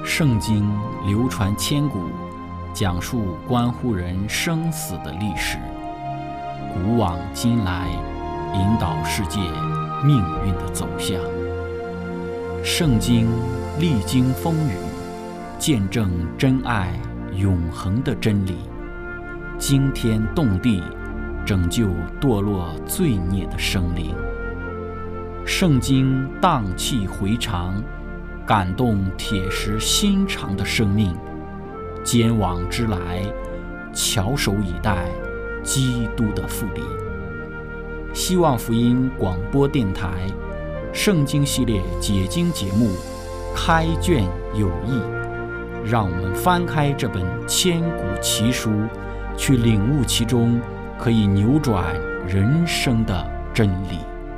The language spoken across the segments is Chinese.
圣经流传千古，讲述关乎人生死的历史，古往今来，引导世界命运的走向。圣经历经风雨，见证真爱永恒的真理，惊天动地，拯救堕落罪孽的生灵。圣经荡气回肠，感动铁石心肠的生命，坚往之来，翘首以待基督的复临。希望福音广播电台圣经系列解经节目开卷有益，让我们翻开这本千古奇书，去领悟其中可以扭转人生的真理。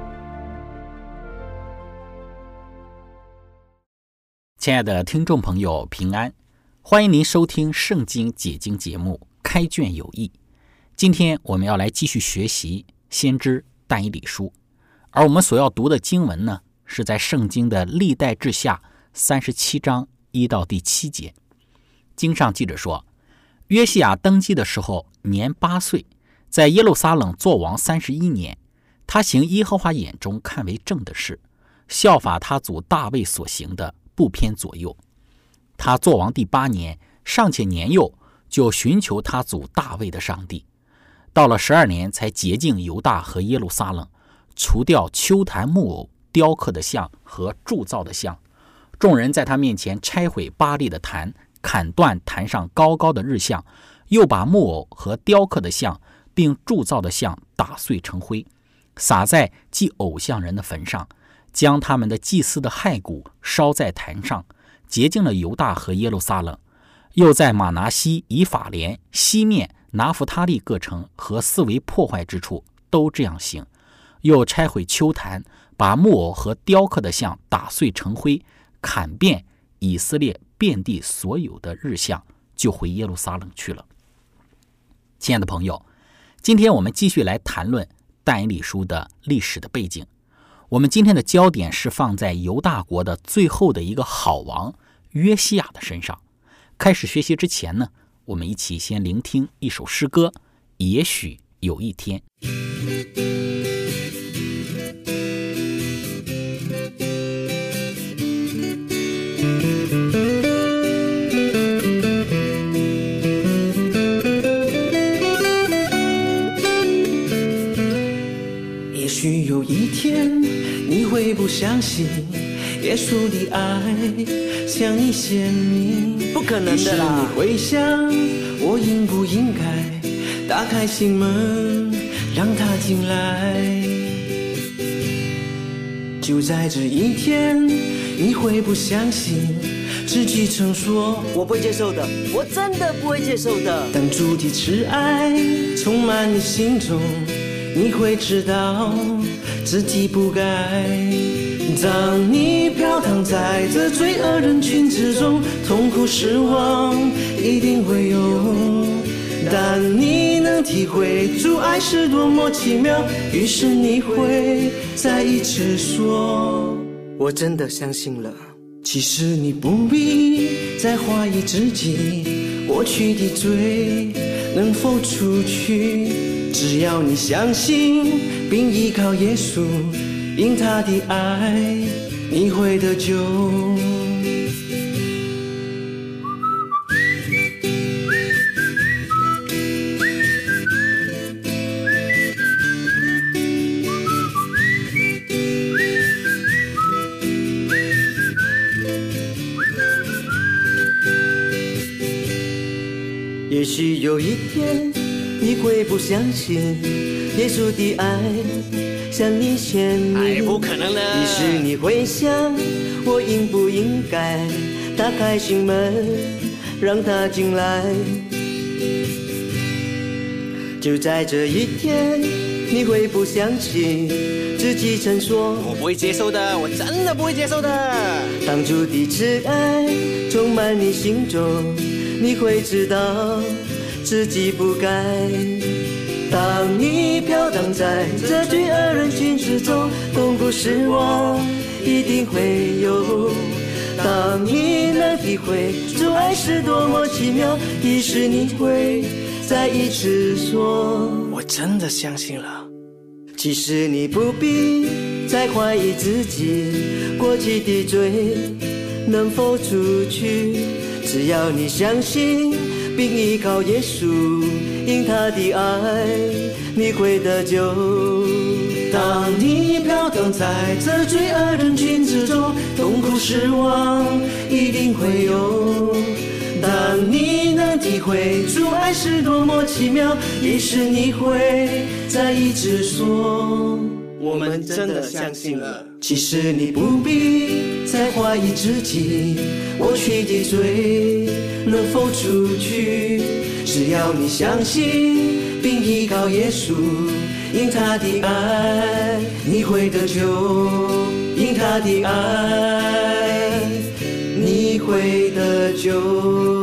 亲爱的听众朋友，平安，欢迎您收听圣经解经节目开卷有益。今天我们要来继续学习先知但以理书，而我们所要读的经文呢，是在圣经的历代志下37章1到第7节。经上记着说，约西亚登基的时候年8岁，在耶路撒冷作王31年，他行耶和华眼中看为正的事，效法他祖大卫所行的，不偏左右。他作王第8年，尚且年幼，就寻求他祖大卫的上帝。到了12年，才洁净犹大和耶路撒冷，除掉丘坛木偶、雕刻的像和铸造的像。众人在他面前拆毁巴力的坛，砍断坛上高高的日像，又把木偶和雕刻的像并铸造的像打碎成灰，撒在祭偶像人的坟上，将他们的祭司的骸骨烧在坛上，洁净了犹大和耶路撒冷。又在马拿西、以法莲、西面、拿弗他利各城和四围破坏之处都这样行。又拆毁丘坛，把木偶和雕刻的像打碎成灰，砍遍以色列遍地所有的日像，就回耶路撒冷去了。亲爱的朋友，今天我们继续来谈论但以理书的历史的背景。我们今天的焦点是放在犹大国的最后的一个好王约西亚的身上。开始学习之前呢，我们一起先聆听一首诗歌，也许有一天。 也许有一天你会不相信耶稣的爱向你显明， 不可能的啦。 你会想我应不应该打开心门让他进来。就在这一天你会不相信自己曾说我不会接受的，我真的不会接受的。 当主的慈爱充满你心中，你会知道自己不该。当你飘荡在这罪恶人群之中，痛苦失望一定会有，但你能体会主爱是多么奇妙，于是你会再一次说我真的相信了。其实你不必再怀疑自己过去的罪能否除去，只要你相信并依靠耶稣，因他的爱你会得救。也许有一天你会不相信耶稣的爱向你显明， 不可能的。 于是你会想我应不应该打开心门让他进来。就在这一天你会不相信自己曾说我不会接受的，我真的不会接受的。 当主的慈爱充满你心中，你会知道自己不该。当你飘荡在这罪恶人群之中，痛苦失望一定会有， 当你能体会主爱是多么奇妙，于是你会再一次说， 我真的相信了。 其实你不必再怀疑自己，过去的罪能否除去，只要你相信并依靠耶稣，因他的爱你会得救。当你飘荡在这罪恶人群之中，痛苦失望一定会有。当你能体会主爱是多么奇妙，于是你会再一次说， 我们真的相信了。 其实你不必再怀疑自己，过去的罪能否除去，只要你相信并依靠耶稣，因他的爱你会得救，因他的爱你会得救。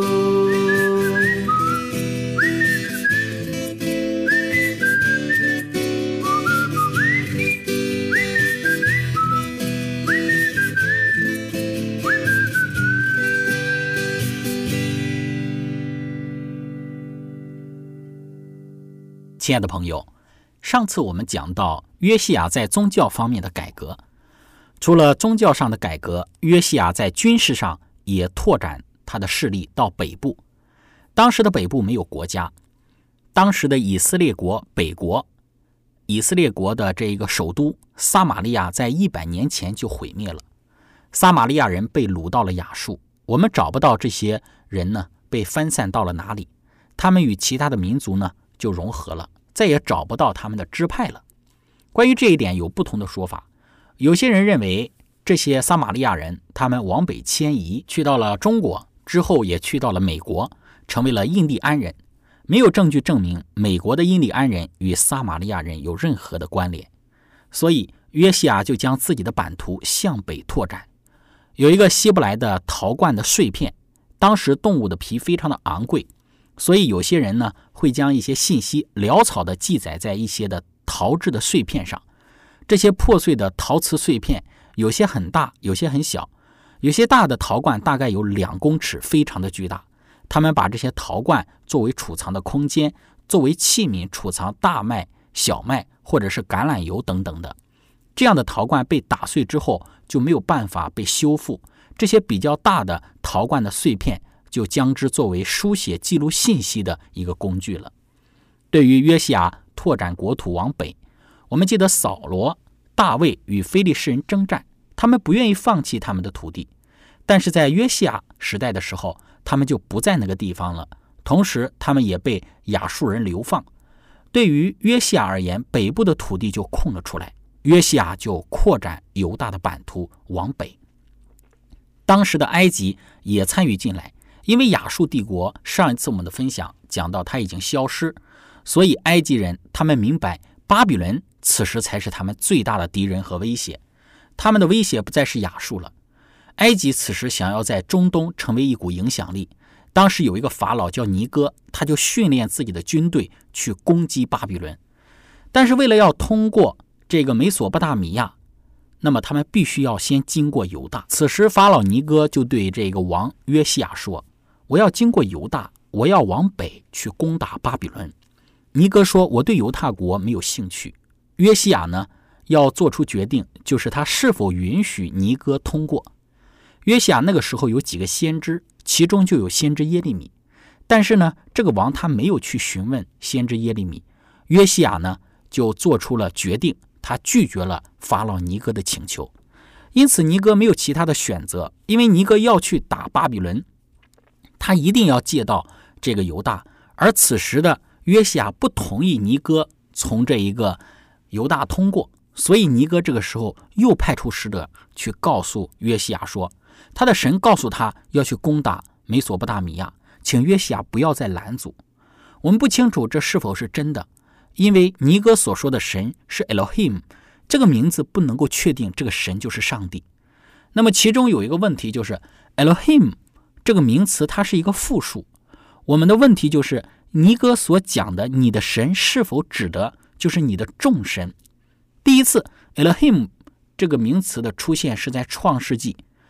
亲爱的朋友，上次我们讲到约西亚在宗教方面的改革，除了宗教上的改革，约西亚在军事上也拓展他的势力到北部。当时的北部没有国家，当时的以色列国北国，以色列国的这个首都撒玛利亚在100年前就毁灭了，撒玛利亚人被掳到了亚述，我们找不到这些人呢被分散到了哪里，他们与其他的民族呢就融合了，再也找不到他们的支派了。关于这一点有不同的说法，有些人认为这些撒玛利亚人他们往北迁移，去到了中国，之后也去到了美国，成为了印第安人。没有证据证明美国的印第安人与撒玛利亚人有任何的关联，所以约西亚就将自己的版图向北拓展。有一个希伯来的陶罐的碎片，当时动物的皮非常的昂贵，所以有些人呢会将一些信息潦草地记载在一些的陶制的碎片上。这些破碎的陶瓷碎片有些很大，有些很小，有些大的陶罐大概有2公尺，非常的巨大。他们把这些陶罐作为储藏的空间，作为器皿储藏大麦、小麦或者是橄榄油等等的。这样的陶罐被打碎之后就没有办法被修复，这些比较大的陶罐的碎片就将之作为书写记录信息的一个工具了。对于约西亚拓展国土往北，我们记得扫罗、大卫与非利士人征战，他们不愿意放弃他们的土地，但是在约西亚时代的时候，他们就不在那个地方了，同时他们也被亚述人流放。对于约西亚而言，北部的土地就空了出来，约西亚就扩展犹大的版图往北。当时的埃及也参与进来，因为亚述帝国上一次我们的分享讲到它已经消失，所以埃及人他们明白巴比伦此时才是他们最大的敌人和威胁，他们的威胁不再是亚述了。埃及此时想要在中东成为一股影响力，当时有一个法老叫尼哥，他就训练自己的军队去攻击巴比伦。但是为了要通过这个美索不达米亚，那么他们必须要先经过犹大。此时法老尼哥就对这个王约西亚说，我要经过犹大，我要往北去攻打巴比伦。尼哥说，我对犹大国没有兴趣。约西亚呢要做出决定，就是他是否允许尼哥通过。约西亚那个时候有几个先知，其中就有先知耶利米，但是呢这个王他没有去询问先知耶利米，约西亚呢就做出了决定，他拒绝了法老尼哥的请求。因此尼哥没有其他的选择，因为尼哥要去打巴比伦，他一定要借到这个犹大，而此时的约西亚不同意尼哥从这一个犹大通过，所以尼哥这个时候又派出使者去告诉约西亚说，他的神告诉他要去攻打美索不达米亚，请约西亚不要再拦阻。我们不清楚这是否是真的，因为尼哥所说的神是 Elohim， 这个名字不能够确定这个神就是上帝。那么其中有一个问题就是 Elohim 这个名词它是一个复数，我们的问题就是尼哥所讲的你的神是否指的就是你的众神。第一次 Elohim 这个名词的出现是在创世纪，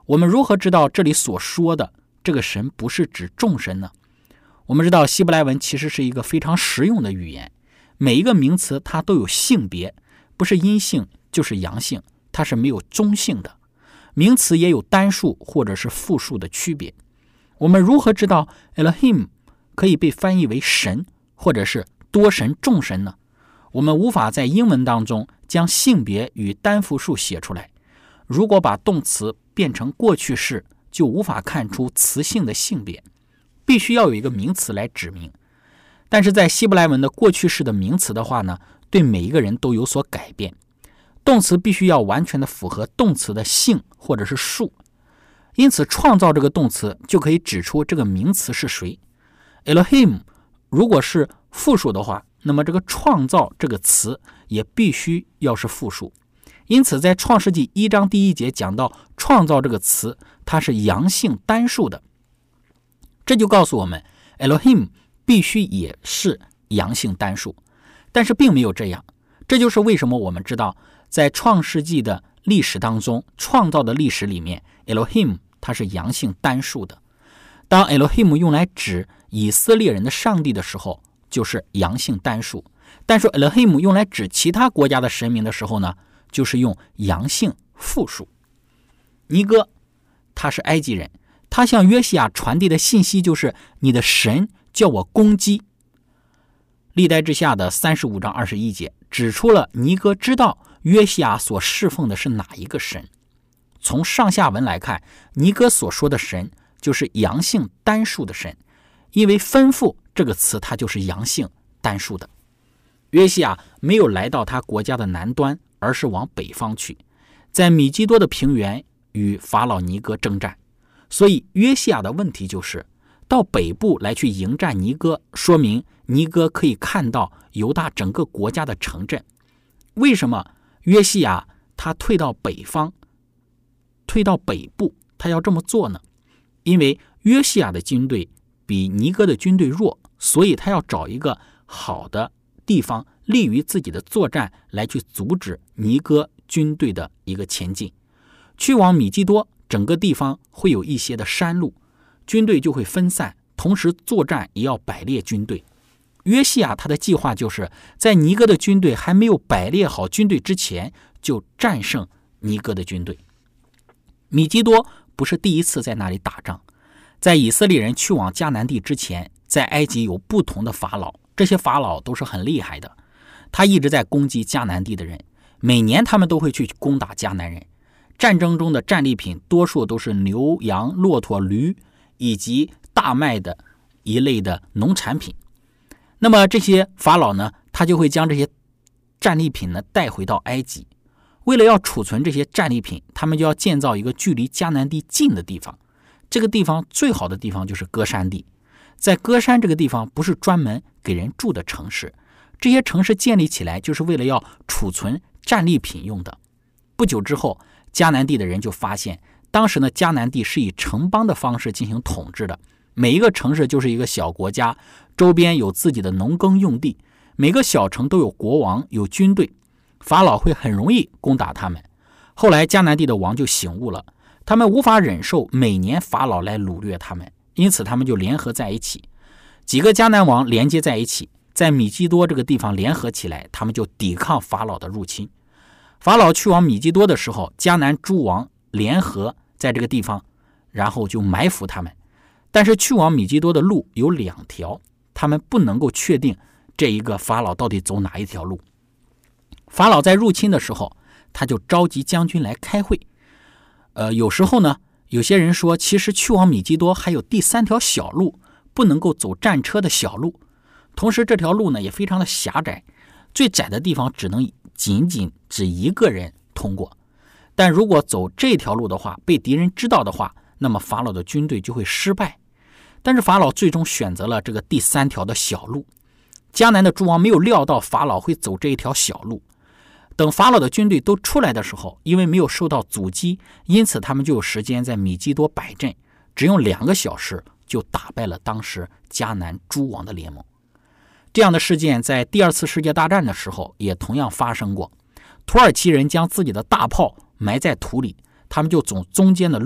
我们如何知道这里所说的这个神不是指众神呢？我们知道希伯来文其实是一个非常实用的语言，每一个名词它都有性别，不是阴性就是阳性，它是没有中性的。名词也有单数或者是复数的区别。我们如何知道 Elohim 可以被翻译为神或者是多神众神呢？我们无法在英文当中将性别与单复数写出来，如果把动词变成过去式，就无法看出词性的性别，必须要有一个名词来指明。但是在希伯来文的过去式的名词的话呢，对每一个人都有所改变，动词必须要完全的符合动词的性或者是数，因此创造这个动词就可以指出这个名词是谁。 Elohim 如果是复数的话，那么这个创造这个词也必须要是复数。因此在创世纪1章第1节讲到创造这个词，它是阳性单数的，这就告诉我们 Elohim 必须也是阳性单数。但是并没有这样，这就是为什么我们知道在创世纪的历史当中，创造的历史里面 Elohim 它是阳性单数的。当 Elohim 用来指以色列人的上帝的时候，就是阳性单数，但是 Elohim 用来指其他国家的神明的时候呢，就是用阳性复数。尼哥他是埃及人，他向约西亚传递的信息就是你的神叫我攻击。历代志下的35章21节指出了尼哥知道约西亚所侍奉的是哪一个神。从上下文来看，尼哥所说的神就是阳性单数的神，因为吩咐这个词它就是阳性单数的。约西亚没有来到他国家的南端，而是往北方去，在米基多的平原与法老尼哥征战。所以约西亚的问题就是到北部来去迎战尼哥，说明尼哥可以看到犹大整个国家的城镇。为什么约西亚他退到北方，退到北部，他要这么做呢？因为约西亚的军队比尼哥的军队弱，所以他要找一个好的地方利于自己的作战，来去阻止尼哥军队的一个前进。去往米基多，整个地方会有一些的山路，军队就会分散，同时作战也要摆列军队。约西亚他的计划就是在尼哥的军队还没有摆列好军队之前，就战胜尼哥的军队。米基多不是第一次在那里打仗，在以色列人去往迦南地之前，在埃及有不同的法老，这些法老都是很厉害的，他一直在攻击迦南地的人，每年他们都会去攻打迦南人。战争中的战利品多数都是牛羊骆驼驴以及大麦的一类的农产品。那么这些法老呢，他就会将这些战利品呢带回到埃及。为了要储存这些战利品，他们就要建造一个距离迦南地近的地方。这个地方最好的地方就是歌珊地。在歌珊这个地方不是专门给人住的城市，这些城市建立起来就是为了要储存战利品用的。不久之后，迦南地的人就发现，当时呢迦南地是以城邦的方式进行统治的，每一个城市就是一个小国家，周边有自己的农耕用地，每个小城都有国王有军队，法老会很容易攻打他们。后来迦南地的王就醒悟了，他们无法忍受每年法老来掳掠他们，因此他们就联合在一起，几个迦南王连接在一起，在米基多这个地方联合起来，他们就抵抗法老的入侵。法老去往米基多的时候，迦南诸王联合在这个地方，然后就埋伏他们。但是去往米基多的路有2条，他们不能够确定这一个法老到底走哪一条路。法老在入侵的时候，他就召集将军来开会。有时候呢，有些人说其实去往米基多还有第3条小路，不能够走战车的小路。同时这条路呢也非常的狭窄，最窄的地方仅仅指一个人通过。但如果走这条路的话，被敌人知道的话，那么法老的军队就会失败。但是法老最终选择了这个第3条的小路。迦南的诸王没有料到法老会走这一条小路。等法老的军队都出来的时候，因为没有受到阻击，因此他们就有时间在米基多摆阵，只用2个小时就打败了当时迦南诸王的联盟。这样的事件在第2次世界大战的时候也同样发生过。土耳其人将自己的大炮埋在土里，他们就走中间的路，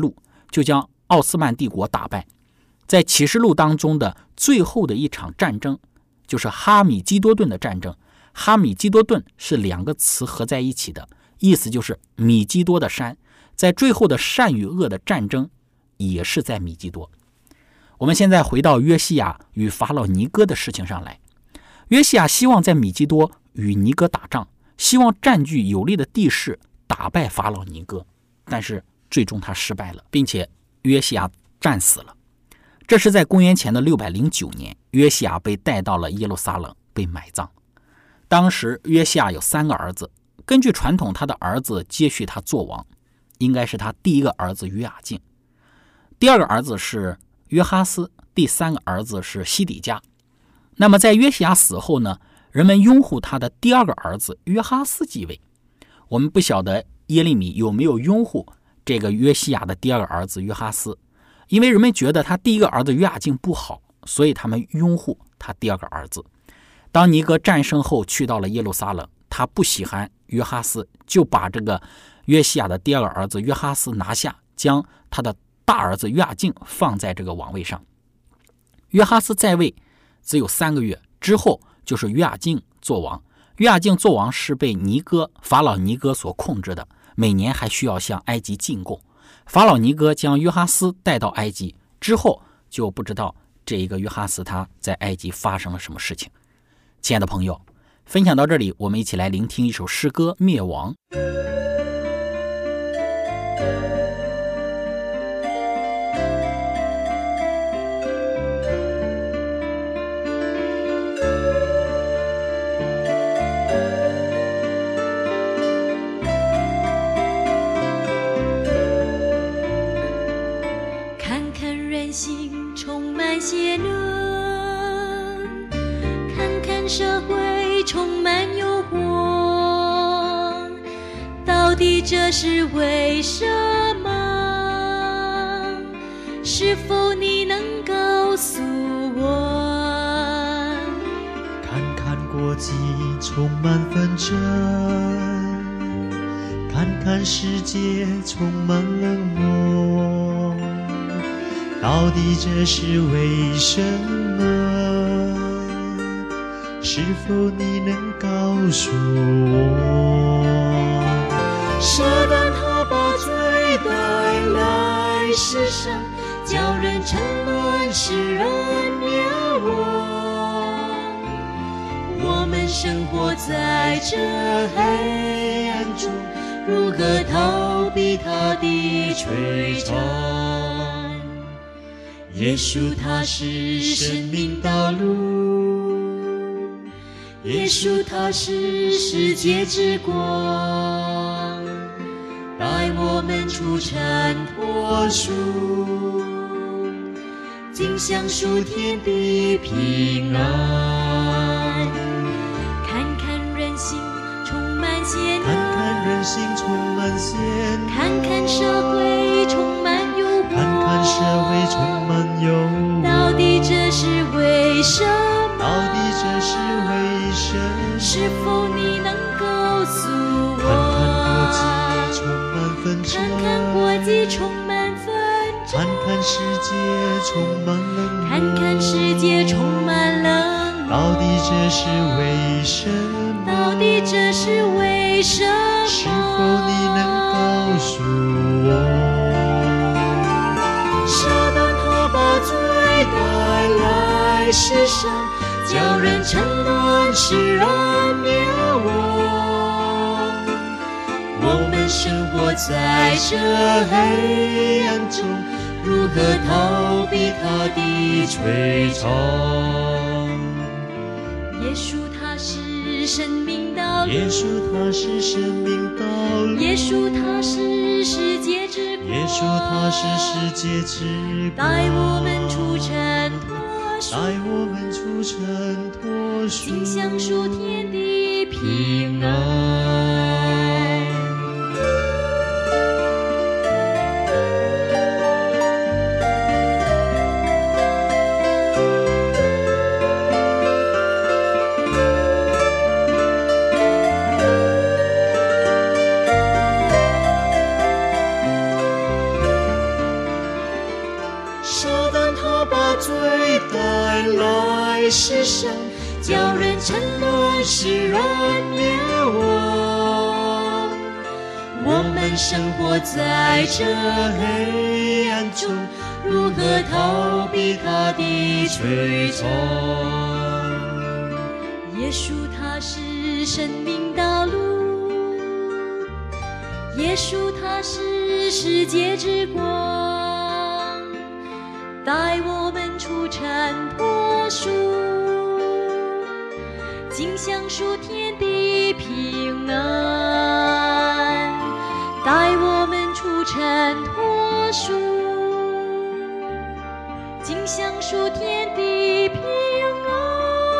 就将奥斯曼帝国打败。在启示录当中的最后的一场战争，就是哈米基多顿的战争。哈米基多顿是两个词合在一起的，意思就是米基多的山。在最后的善与恶的战争也是在米基多。我们现在回到约西亚与法老尼哥的事情上来。约西亚希望在米基多与尼哥打仗，希望占据有利的地势打败法老尼哥，但是最终他失败了，并且约西亚战死了。这是在公元前的609年，约西亚被带到了耶路撒冷被埋葬。当时约西亚有3个儿子，根据传统他的儿子接续他做王，应该是他第一个儿子约雅敬，第二个儿子是约哈斯，第3个儿子是西底家。那么在约西亚死后呢，人们拥护他的第二个儿子约哈斯继位。我们不晓得耶利米有没有拥护这个约西亚的第二个儿子约哈斯，因为人们觉得他第一个儿子约雅敬不好，所以他们拥护他第二个儿子。当尼哥战胜后去到了耶路撒冷，他不喜欢约哈斯，就把这个约西亚的第二个儿子约哈斯拿下，将他的大儿子约雅敬放在这个王位上。约哈斯在位只有3个月，之后就是约雅敬做王。约雅敬做王是被法老尼哥所控制的，每年还需要向埃及进贡。法老尼哥将约哈斯带到埃及之后，就不知道这一个约哈斯他在埃及发生了什么事情。亲爱的朋友，分享到这里，我们一起来聆听一首诗歌《灭亡》。 看看人心充满邪恶，看看社会充满诱惑，到底这是为什么？是否你能告诉我？ 看看国际充满纷争，看看世界充满冷漠，到底这是为什么？是否你能告诉我？ 撒旦他把罪带来世上，叫人沉沦，使人灭亡。我们生活在这黑暗中，如何逃避他的摧残？耶稣他是生命道路，耶稣他是世界之光，带我们出尘脱俗，尽享属天的平安。看看人心充满险恶， 看看人心充满险恶， 看看社会充满诱惑， 看看社会充满诱惑， 到底这是为什么？ 到底这是为什么？ 是否你能告诉我？ 看看国际充满纷争， 看看世界充满冷漠， 看看世界充满冷漠， 到底这是为什么？到底这是为什么？ 是否你能告诉我？ 撒旦他把罪带来世上，叫人沉沦，使人灭亡。我们生活在这黑暗中，如何逃避他的摧残？耶稣他是生命道路， 耶稣他是生命道路， 耶稣他是世界之光， 耶稣他是世界之光， 带我们出尘脱俗， 带我们出尘脱俗， 尽享属天的平安。 来世上，叫人沉沦，使人灭亡。我们生活在这黑暗中，如何逃避他的摧残？耶稣他是生命道路，耶稣他是世界之光，带我们出尘脱俗，尽享属天的平安，带我们出尘脱俗，尽享属天的平安。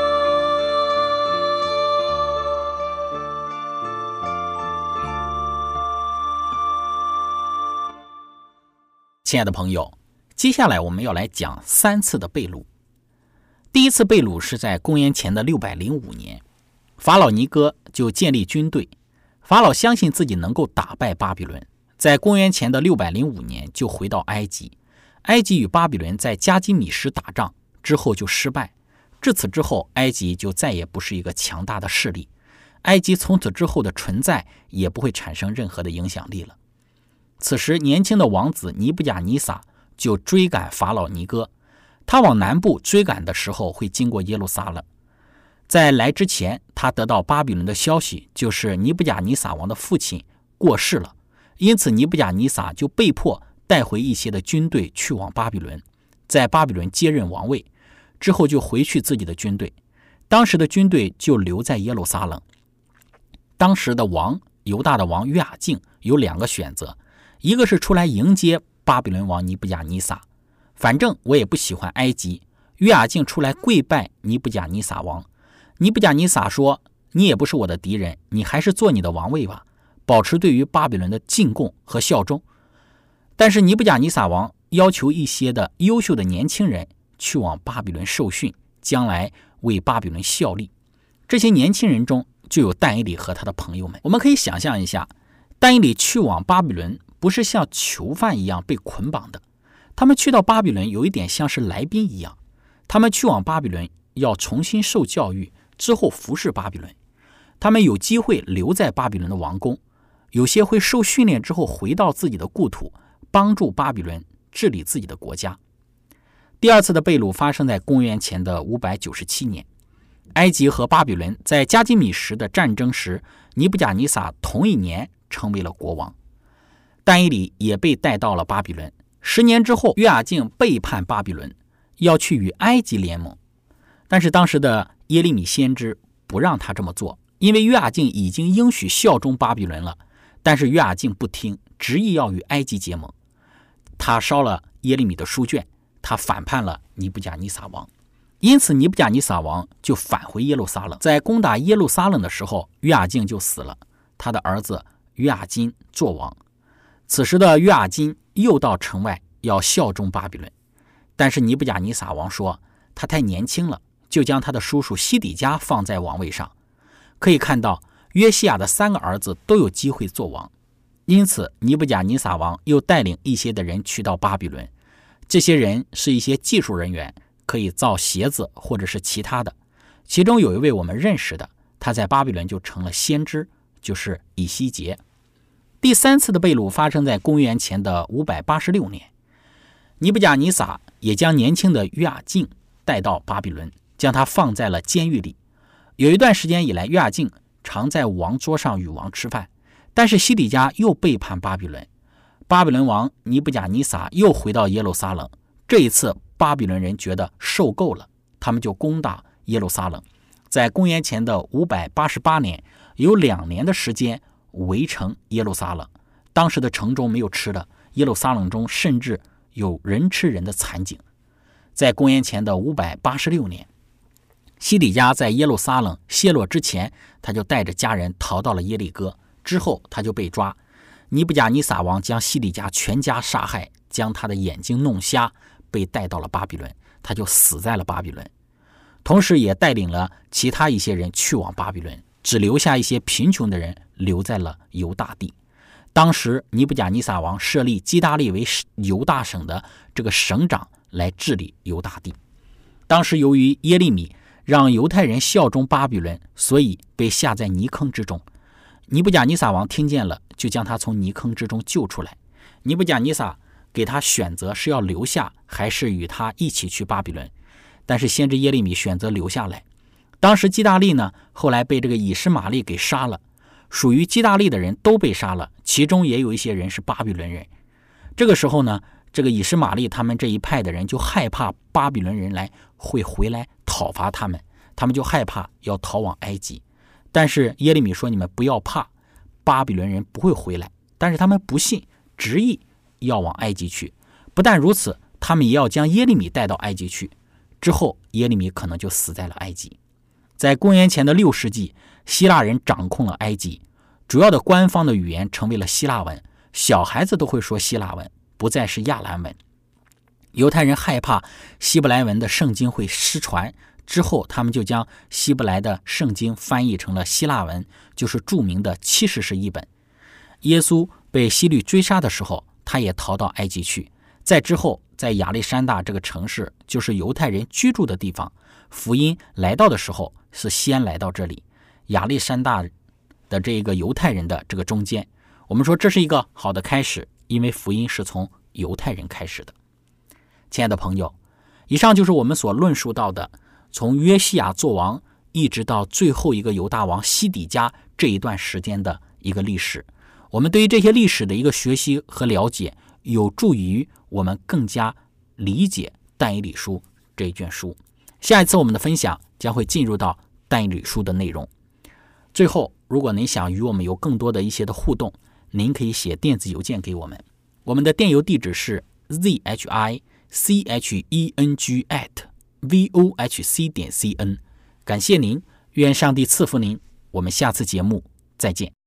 亲爱的朋友，接下来我们要来讲3次的被掳。第一次被掳是在公元前的605年，法老尼哥就建立军队，法老相信自己能够打败巴比伦，在公元前的605年就回到埃及。埃及与巴比伦在加基米什打仗之后就失败，至此之后埃及就再也不是一个强大的势力，埃及从此之后的存在也不会产生任何的影响力了。此时年轻的王子尼布甲尼撒就追赶法老尼哥，他往南部追赶的时候会经过耶路撒冷。在来之前，他得到巴比伦的消息，就是尼布甲尼撒王的父亲过世了，因此尼布甲尼撒就被迫带回一些的军队去往巴比伦，在巴比伦接任王位之后就回去自己的军队，当时的军队就留在耶路撒冷。当时的王犹大的王约雅敬有2个选择，一个是出来迎接巴比伦王尼布甲尼撒，反正我也不喜欢埃及，约雅敬出来跪拜尼布甲尼撒王。尼布甲尼撒说，你也不是我的敌人，你还是做你的王位吧，保持对于巴比伦的进贡和效忠。但是尼布甲尼撒王要求一些的优秀的年轻人去往巴比伦受训，将来为巴比伦效力。这些年轻人中就有但以理和他的朋友们。我们可以想象一下，但以理去往巴比伦不是像囚犯一样被捆绑的，他们去到巴比伦有一点像是来宾一样，他们去往巴比伦要重新受教育，之后服侍巴比伦。他们有机会留在巴比伦的王宫，有些会受训练之后回到自己的故土，帮助巴比伦治理自己的国家。第2次的被掳发生在公元前的597年，埃及和巴比伦在加基米什的战争时，尼布甲尼撒同一年成为了国王。但以理也被带到了巴比伦。10年之后，约雅敬背叛巴比伦，要去与埃及联盟，但是当时的耶利米先知不让他这么做，因为约雅敬已经应许效忠巴比伦了，但是约雅敬不听，执意要与埃及结盟。他烧了耶利米的书卷，他反叛了尼布甲尼撒王，因此尼布甲尼撒王就返回耶路撒冷。在攻打耶路撒冷的时候，约雅敬就死了，他的儿子约雅斤做王。此时的约雅斤又到城外要效忠巴比伦，但是尼布甲尼撒王说他太年轻了，就将他的叔叔西底家放在王位上。可以看到约西亚的3个儿子都有机会做王，因此尼布甲尼撒王又带领一些的人去到巴比伦，这些人是一些技术人员，可以造鞋子或者是其他的。其中有一位我们认识的，他在巴比伦就成了先知，就是以西结。第3次的被掳发生在公元前的586年，尼布甲尼撒也将年轻的约雅敬带到巴比伦，将他放在了监狱里。有一段时间以来，约雅敬常在王桌上与王吃饭，但是西底家又背叛巴比伦，巴比伦王尼布甲尼撒又回到耶路撒冷。这一次巴比伦人觉得受够了，他们就攻打耶路撒冷。在公元前的588年，有2年的时间围城耶路撒冷，当时的城中没有吃的，耶路撒冷中甚至有人吃人的惨景。在公元前的586年，西底家在耶路撒冷陷落之前，他就带着家人逃到了耶利哥，之后他就被抓。尼布甲尼撒王将西底家全家杀害，将他的眼睛弄瞎，被带到了巴比伦，他就死在了巴比伦。同时也带领了其他一些人去往巴比伦，只留下一些贫穷的人留在了犹大地。当时尼布甲尼撒王设立基大利为犹大省的这个省长来治理犹大地。当时由于耶利米让犹太人效忠巴比伦，所以被下在泥坑之中。尼布甲尼撒王听见了，就将他从泥坑之中救出来。尼布甲尼撒给他选择是要留下还是与他一起去巴比伦，但是先知耶利米选择留下来。当时基大利呢，后来被这个以实玛利给杀了，属于基大利的人都被杀了，其中也有一些人是巴比伦人。这个时候呢，这个以实玛利他们这一派的人就害怕巴比伦人会回来讨伐他们，他们就害怕要逃往埃及。但是耶利米说，你们不要怕，巴比伦人不会回来。但是他们不信，执意要往埃及去。不但如此，他们也要将耶利米带到埃及去。之后耶利米可能就死在了埃及。在公元前的6世纪，希腊人掌控了埃及，主要的官方的语言成为了希腊文，小孩子都会说希腊文，不再是亚兰文。犹太人害怕希伯来文的圣经会失传，之后他们就将希伯来的圣经翻译成了希腊文，就是著名的70士译本。耶稣被希律追杀的时候，他也逃到埃及去。在之后，在亚历山大这个城市，就是犹太人居住的地方，福音来到的时候是先来到这里，亚历山大的这个犹太人的这个中间。我们说这是一个好的开始，因为福音是从犹太人开始的。亲爱的朋友，以上就是我们所论述到的从约西亚做王一直到最后一个犹大王西底家这一段时间的一个历史。我们对于这些历史的一个学习和了解，有助于我们更加理解但以理书这一卷书。下一次我们的分享将会进入到但以理书的内容。最后，如果您想与我们有更多的一些的互动，您可以写电子邮件给我们，我们的电邮地址是 zhicheng@vohc.cn。感谢您，愿上帝赐福您，我们下次节目再见。